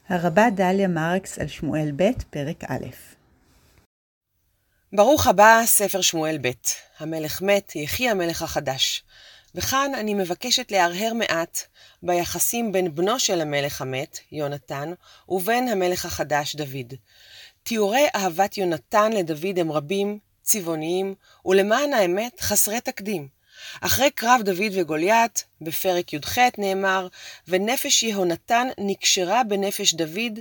הרבה דליה מרקס על שמואל ב' פרק א'. ברוך הבא, ספר שמואל ב'. המלך מת, יחי המלך החדש. וכאן אני מבקשת להרהר מעט ביחסים בין בנו של המלך המת, יונתן, ובין המלך החדש, דוד. תיאורי אהבת יונתן לדוד הם רבים, צבעוניים, ולמען האמת חסרי תקדים. אחרי קרב דוד וגוליית, בפרק י"ח נאמר, ונפש יהונתן נקשרה בנפש דוד,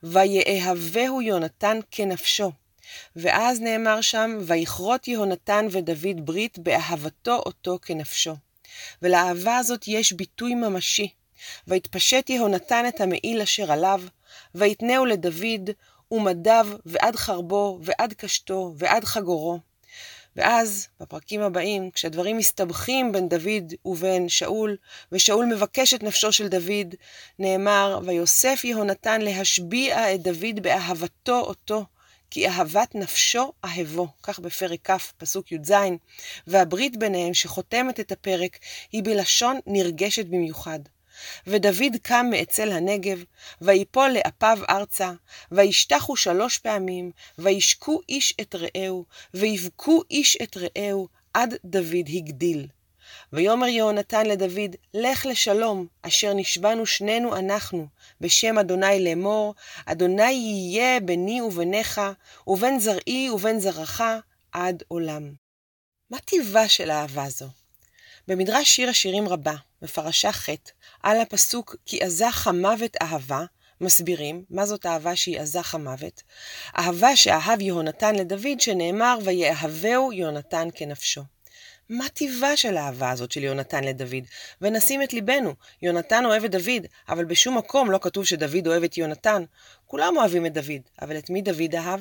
ויאהבהו יונתן כנפשו. ואז נאמר שם, ויכרות יהונתן ודוד ברית באהבתו אותו כנפשו. ולאהבה הזאת יש ביטוי ממשי. ויתפשט יהונתן את המעיל אשר עליו, ויתנהו לדוד, ומדיו ועד חרבו ועד קשתו ועד חגורו. ואז, בפרקים הבאים, כשהדברים מסתבכים בין דוד ובין שאול, ושאול מבקש את נפשו של דוד, נאמר, ויוסף יהונתן להשביע את דוד באהבתו אותו, כי אהבת נפשו אהבו, כך בפרק כ' פסוק י"ז, והברית ביניהם שחותמת את הפרק היא בלשון נרגשת במיוחד. ודוד קם מאצל הנגב, ויפול לאפיו ארצה, וישתחו 3 פעמים, וישקו איש את רעהו, ויבכו איש את רעהו, עד דוד הגדיל. ויאמר יהונתן לדוד, לך לשלום, אשר נשבענו שנינו אנחנו, בשם אדוני לאמור, אדוני יהיה ביני וביניך, ובין זרעי ובין זרעך, עד עולם. מה טיבה של אהבה זו? במדרש שיר השירים רבה, בפרשה ח', על הפסוק כי עזך המוות אהבה, מסבירים מה זאת אהבה שהיא עזך המוות. אהבה שאהב יהונתן לדוד שנאמר ויאהבהו יהונתן כנפשו. מה טיבה של האהבה הזאת של יהונתן לדוד? ונשים את ליבנו, יהונתן אוהב את דוד, אבל בשום מקום לא כתוב שדוד אוהב את יהונתן. כולם אוהבים את דוד, אבל את מי דוד אהב?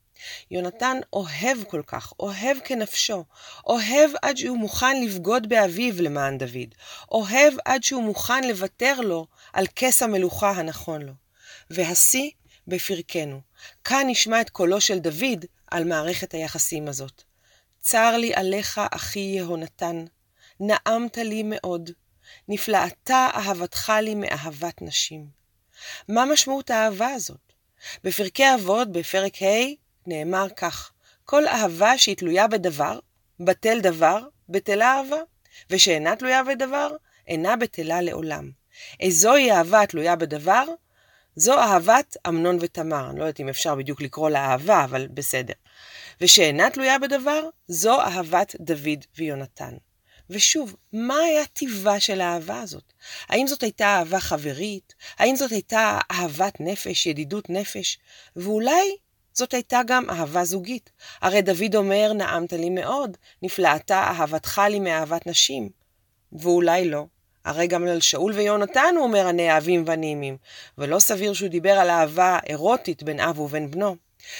יונתן אוהב כל כך, אוהב כנפשו, אוהב עד שהוא מוכן לבגוד באביו למען דוד, אוהב עד שהוא מוכן לוותר לו על כס המלוכה הנכון לו. והשיא בפרקנו. כאן נשמע את קולו של דוד על מערכת היחסים הזאת. צר לי עליך אחי יהונתן, נעמת לי מאוד, נפלאתה אהבתך לי מאהבת נשים. מה משמעות האהבה הזאת? בפרקי אבות, בפרק ה', נאמר כך, כל אהבה שהיא תלויה בדבר, בטל דבר, בטלה אהבה, ושאינה תלויה בדבר, אינה בטלה לעולם. איזוהי אהבה תלויה בדבר? זו אהבת אמנון ותמר. אני לא יודעת אם אפשר בדיוק לקרוא לה אהבה, אבל בסדר. ושאינה תלויה בדבר, זו אהבת דוד ויונתן. ושוב, מה היה טיבה של האהבה הזאת? האם זאת הייתה אהבה חברית? האם זאת הייתה אהבת נפש, ידידות נפש? ואולי זאת הייתה גם אהבה זוגית. הרי דוד אומר, נעמת לי מאוד, נפלאתה אהבתך לי מאהבת נשים. ואולי לא. הרי גם על שאול ויונתן הוא אומר, הנאהבים והנעימים. ולא סביר שהוא דיבר על אהבה אירוטית בין אב ובין בנו.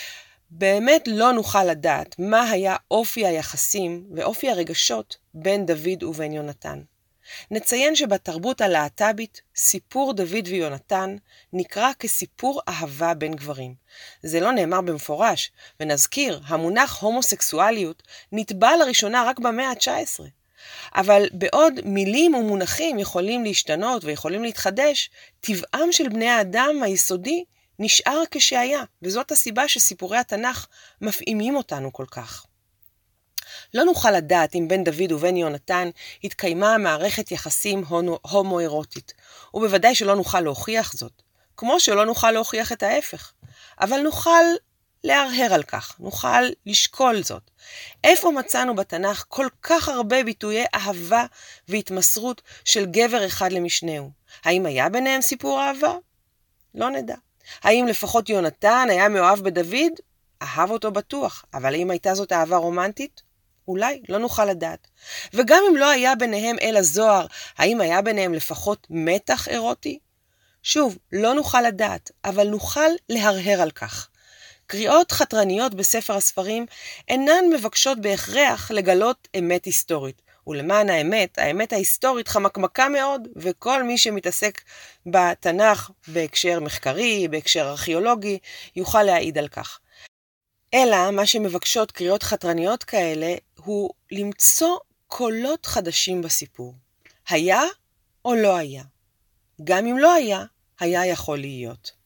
באמת לא נוכל לדעת מה היה אופי היחסים ואופי הרגשות בין דוד ובין יונתן. נציין שבתרבות הלהט"בית, סיפור דוד ויונתן נקרא כסיפור אהבה בין גברים. זה לא נאמר במפורש, ונזכיר, המונח הומוסקסואליות נטבע לראשונה רק במאה ה-19. אבל בעוד מילים ומונחים יכולים להשתנות ויכולים להתחדש, טבעם של בני האדם היסודי נשאר כשהיה, וזאת הסיבה שסיפורי התנ"ך מפעימים אותנו כל כך. לא נוכל לדעת אם בין דוד ובין יונתן התקיימה מערכת יחסים הומואירוטית, ובוודאי שלא נוכל להוכיח זאת, כמו שלא נוכל להוכיח את ההפך, אבל נוכל להרהר על כך, נוכל לשקול זאת. איפה מצאנו בתנ"ך כל כך הרבה ביטויי אהבה והתמסרות של גבר אחד למשנהו? האם היה ביניהם סיפור אהבה? לא נדע. האם לפחות יונתן היה מאוהב בדוד? אהב אותו בטוח, אבל האם הייתה זאת אהבה רומנטית? אולי, לא נוכל לדעת. וגם אם לא היה ביניהם אל הזוהר, האם היה ביניהם לפחות מתח אירוטי? שוב, לא נוכל לדעת, אבל נוכל להרהר על כך. קריאות חתרניות בספר הספרים אינן מבקשות בהכרח לגלות אמת היסטורית. ולמען האמת ההיסטורית חמקמקה מאוד, וכל מי שמתעסק בתנ"ך בהקשר מחקרי, בהקשר ארכיאולוגי, יוכל להעיד על כך. אלא מה שמבקשות קריאות חתרניות כאלה הוא למצוא קולות חדשים בסיפור. היה או לא היה? גם אם לא היה, היה יכול להיות.